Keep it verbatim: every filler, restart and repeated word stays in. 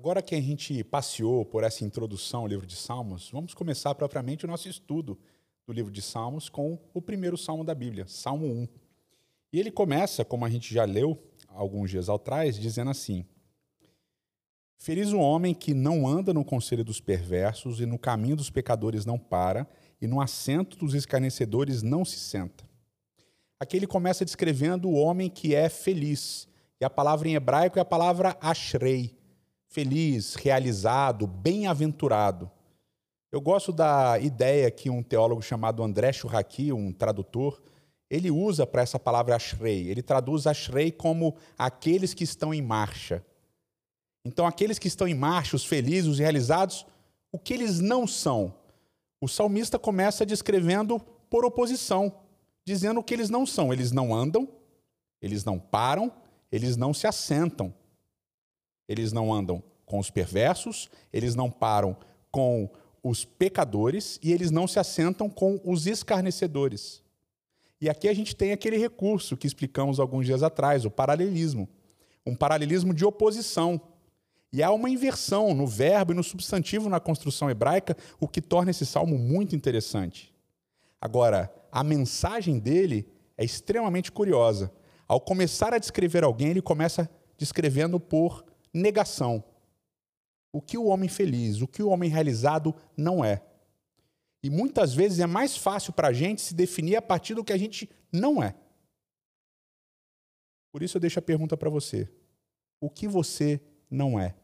Agora que a gente passeou por essa introdução ao livro de Salmos, vamos começar propriamente o nosso estudo do livro de Salmos com o primeiro salmo da Bíblia, Salmo um. E ele começa, como a gente já leu alguns dias atrás, dizendo assim: Feliz o homem que não anda no conselho dos perversos e no caminho dos pecadores não para e no assento dos escarnecedores não se senta. Aqui ele começa descrevendo o homem que é feliz. E a palavra em hebraico é a palavra ashrei. Feliz, realizado, bem-aventurado. Eu gosto da ideia que um teólogo chamado André Churraqui, um tradutor, ele usa para essa palavra ashrei. Ele traduz ashrei como aqueles que estão em marcha. Então, aqueles que estão em marcha, os felizes, os realizados, o que eles não são? O salmista começa descrevendo por oposição, dizendo o que eles não são. Eles não andam, eles não param, eles não se assentam. Eles não andam com os perversos, eles não param com os pecadores e eles não se assentam com os escarnecedores. E aqui a gente tem aquele recurso que explicamos alguns dias atrás, o paralelismo. Um paralelismo de oposição. E há uma inversão no verbo e no substantivo na construção hebraica, o que torna esse salmo muito interessante. Agora, a mensagem dele é extremamente curiosa. Ao começar a descrever alguém, ele começa descrevendo por negação. O que o homem feliz, o que o homem realizado não é. E muitas vezes é mais fácil para a gente se definir a partir do que a gente não é. Por isso eu deixo a pergunta para você. O que você não é?